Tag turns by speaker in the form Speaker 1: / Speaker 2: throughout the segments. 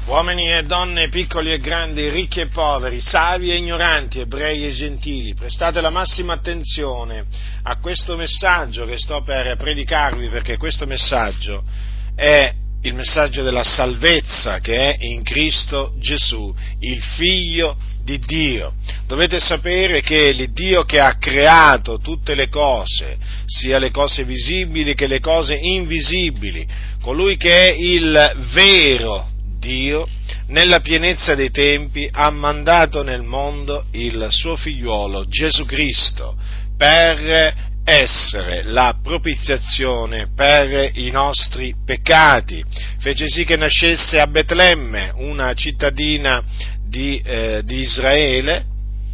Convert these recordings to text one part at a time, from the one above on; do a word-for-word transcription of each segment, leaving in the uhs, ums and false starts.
Speaker 1: Uomini e donne, piccoli e grandi, ricchi e poveri, savi e ignoranti, ebrei e gentili, prestate la massima attenzione a questo messaggio che sto per predicarvi, perché questo messaggio è il messaggio della salvezza che è in Cristo Gesù, il Figlio di Dio. Dovete sapere che l'Iddio che ha creato tutte le cose, sia le cose visibili che le cose invisibili, colui che è il vero Dio, nella pienezza dei tempi, ha mandato nel mondo il suo figliuolo Gesù Cristo per essere la propiziazione per i nostri peccati. Fece sì che nascesse a Betlemme, una cittadina di, eh, di Israele,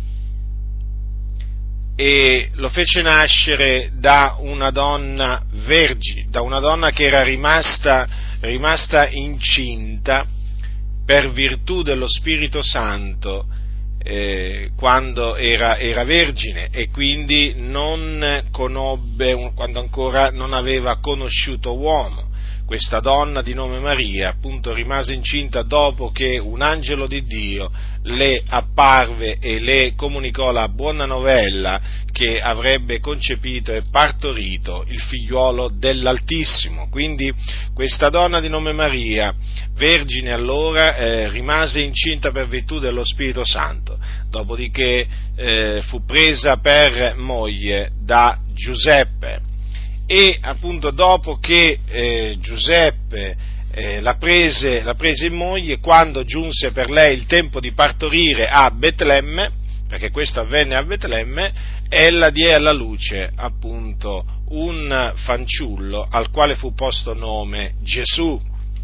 Speaker 1: e lo fece nascere da una donna vergine, da una donna che era rimasta, rimasta incinta per virtù dello Spirito Santo eh, quando era, era vergine, e quindi non conobbe, quando ancora non aveva conosciuto uomo. Questa donna di nome Maria, appunto, rimase incinta dopo che un angelo di Dio le apparve e le comunicò la buona novella che avrebbe concepito e partorito il figliuolo dell'Altissimo. Quindi questa donna di nome Maria, vergine allora, eh, rimase incinta per virtù dello Spirito Santo, dopodiché eh, fu presa per moglie da Giuseppe. E appunto dopo che eh, Giuseppe eh, la, prese, la prese in moglie, quando giunse per lei il tempo di partorire a Betlemme, perché questo avvenne a Betlemme, ella diede alla luce appunto un fanciullo al quale fu posto nome Gesù.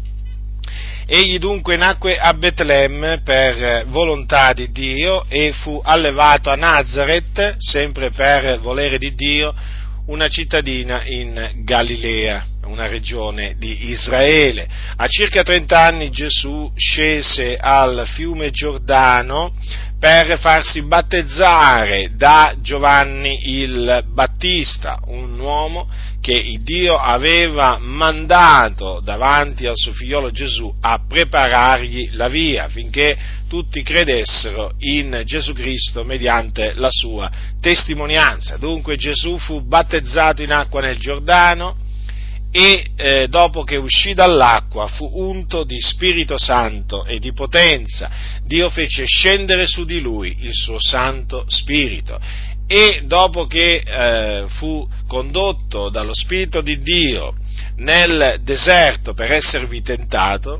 Speaker 1: Egli dunque nacque a Betlemme per volontà di Dio e fu allevato a Nazaret, sempre per volere di Dio, una cittadina in Galilea, una regione di Israele. A circa trenta anni Gesù scese al fiume Giordano per farsi battezzare da Giovanni il Battista, un uomo che Dio aveva mandato davanti al suo figliolo Gesù a preparargli la via affinché tutti credessero in Gesù Cristo mediante la sua testimonianza. Dunque Gesù fu battezzato in acqua nel Giordano e eh, dopo che uscì dall'acqua fu unto di Spirito Santo e di potenza. Dio fece scendere su di lui il suo Santo Spirito, e dopo che eh, fu condotto dallo Spirito di Dio nel deserto per esservi tentato,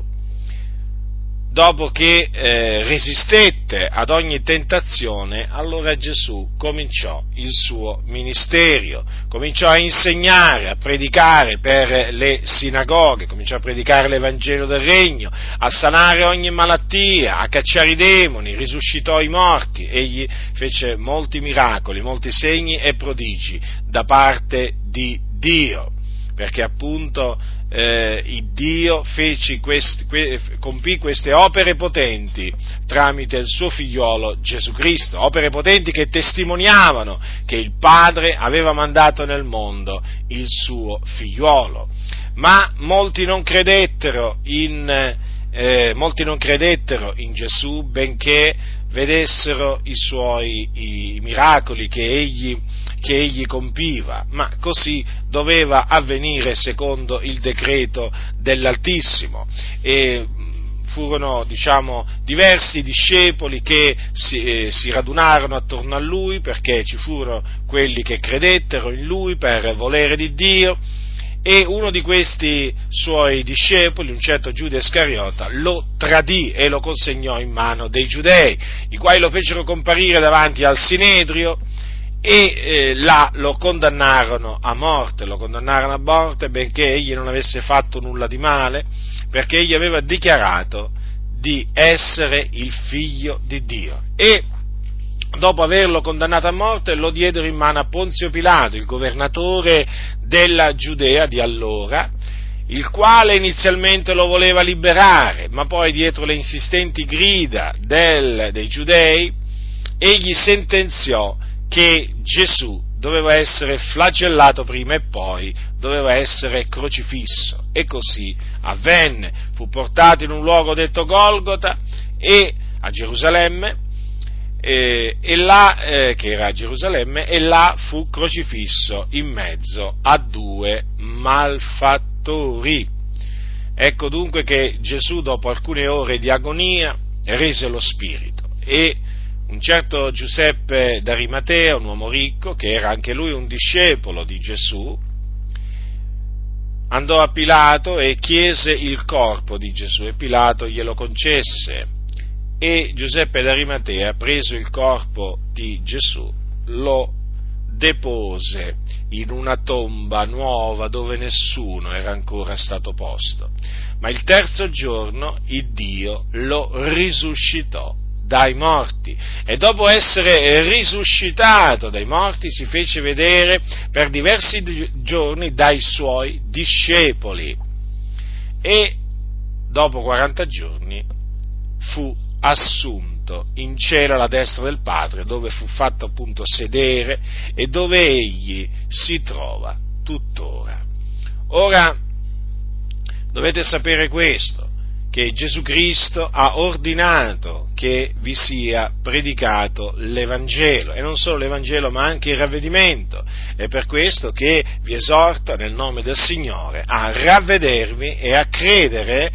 Speaker 1: dopo che eh, resistette ad ogni tentazione, allora Gesù cominciò il suo ministerio, cominciò a insegnare, a predicare per le sinagoghe, cominciò a predicare l'Evangelo del Regno, a sanare ogni malattia, a cacciare i demoni, risuscitò i morti. Egli fece molti miracoli, molti segni e prodigi da parte di Dio, perché appunto eh, il Dio fece questi, que, compì queste opere potenti tramite il suo figliolo Gesù Cristo, opere potenti che testimoniavano che il Padre aveva mandato nel mondo il suo figliolo. Ma molti non credettero in, eh, molti non credettero in Gesù, benché vedessero i suoi i miracoli che egli che egli compiva, ma così doveva avvenire secondo il decreto dell'Altissimo. E furono, diciamo, diversi discepoli che si, eh, si radunarono attorno a lui, perché ci furono quelli che credettero in lui per volere di Dio, e uno di questi suoi discepoli, un certo Giuda Iscariota, lo tradì e lo consegnò in mano dei giudei, i quali lo fecero comparire davanti al Sinedrio e eh, là lo condannarono a morte, lo condannarono a morte benché egli non avesse fatto nulla di male, perché egli aveva dichiarato di essere il figlio di Dio. E dopo averlo condannato a morte lo diedero in mano a Ponzio Pilato, il governatore della Giudea di allora, il quale inizialmente lo voleva liberare, ma poi dietro le insistenti grida del, dei giudei egli sentenziò che Gesù doveva essere flagellato prima e poi doveva essere crocifisso. E così avvenne, fu portato in un luogo detto Golgota, e a Gerusalemme, eh, e là, eh, che era a Gerusalemme, e là fu crocifisso in mezzo a due malfattori. Ecco dunque che Gesù, dopo alcune ore di agonia, rese lo spirito, e un certo Giuseppe d'Arimatea, un uomo ricco, che era anche lui un discepolo di Gesù, andò a Pilato e chiese il corpo di Gesù, e Pilato glielo concesse. E Giuseppe d'Arimatea, preso il corpo di Gesù, lo depose in una tomba nuova dove nessuno era ancora stato posto. Ma il terzo giorno il Dio lo risuscitò dai morti, e dopo essere risuscitato dai morti si fece vedere per diversi giorni dai suoi discepoli, e dopo quaranta giorni fu assunto in cielo alla destra del Padre, dove fu fatto appunto sedere e dove egli si trova tuttora. Ora dovete sapere questo, che Gesù Cristo ha ordinato che vi sia predicato l'Evangelo, e non solo l'Evangelo ma anche il ravvedimento. È per questo che vi esorto nel nome del Signore a ravvedervi e a credere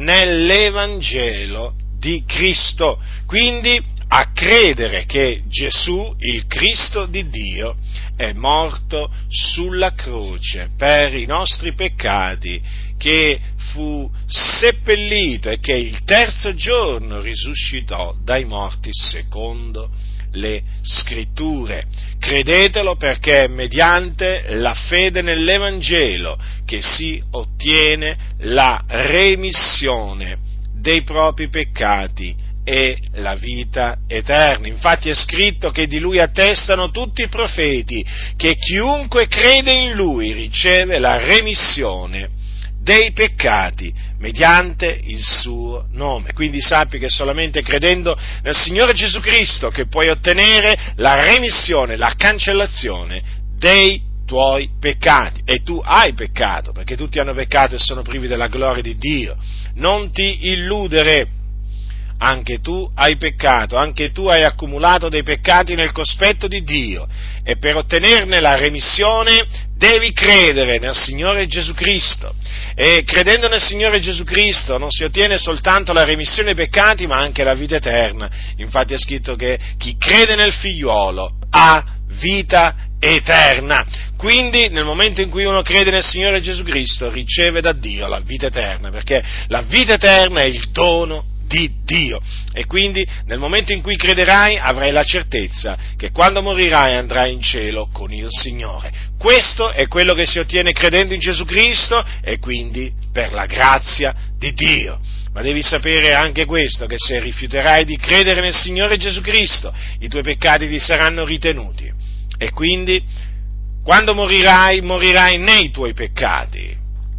Speaker 1: nell'Evangelo di Cristo, quindi a credere che Gesù, il Cristo di Dio, è morto sulla croce per i nostri peccati, che fu seppellito e che il terzo giorno risuscitò dai morti secondo le Scritture. Credetelo, perché è mediante la fede nell'Evangelo che si ottiene la remissione dei propri peccati e la vita eterna. Infatti è scritto che di Lui attestano tutti i profeti, che chiunque crede in Lui riceve la remissione dei peccati mediante il suo nome. Quindi sappi che solamente credendo nel Signore Gesù Cristo che puoi ottenere la remissione, la cancellazione dei tuoi peccati. E tu hai peccato, perché tutti hanno peccato e sono privi della gloria di Dio. Non ti illudere, anche tu hai peccato, anche tu hai accumulato dei peccati nel cospetto di Dio, e per ottenerne la remissione devi credere nel Signore Gesù Cristo. E credendo nel Signore Gesù Cristo non si ottiene soltanto la remissione dei peccati, ma anche la vita eterna. Infatti è scritto che chi crede nel Figliuolo ha vita eterna. Quindi nel momento in cui uno crede nel Signore Gesù Cristo riceve da Dio la vita eterna, perché la vita eterna è il dono di Dio, e quindi nel momento in cui crederai avrai la certezza che quando morirai andrai in cielo con il Signore. Questo è quello che si ottiene credendo in Gesù Cristo, e quindi per la grazia di Dio. Ma devi sapere anche questo, che se rifiuterai di credere nel Signore Gesù Cristo, i tuoi peccati ti saranno ritenuti, e quindi quando morirai, morirai nei tuoi peccati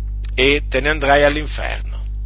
Speaker 1: e te ne andrai all'inferno.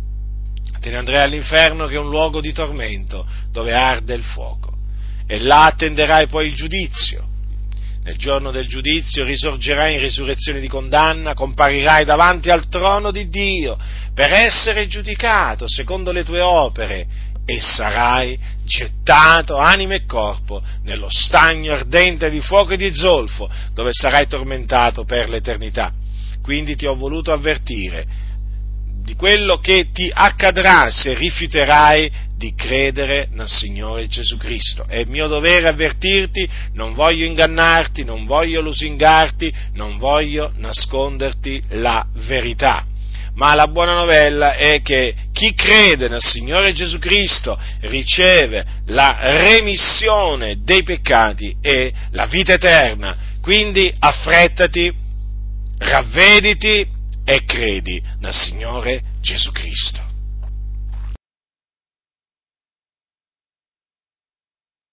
Speaker 1: Te ne andrai all'inferno, che è un luogo di tormento, dove arde il fuoco, e là attenderai poi il giudizio. Nel giorno del giudizio risorgerai in risurrezione di condanna, comparirai davanti al trono di Dio per essere giudicato secondo le tue opere, e sarai gettato, anima e corpo, nello stagno ardente di fuoco e di zolfo, dove sarai tormentato per l'eternità. Quindi ti ho voluto avvertire di quello che ti accadrà se rifiuterai di credere nel Signore Gesù Cristo. È mio dovere avvertirti, non voglio ingannarti, non voglio lusingarti, non voglio nasconderti la verità. Ma la buona novella è che chi crede nel Signore Gesù Cristo riceve la remissione dei peccati e la vita eterna. Quindi affrettati, ravvediti e credi nel Signore Gesù Cristo.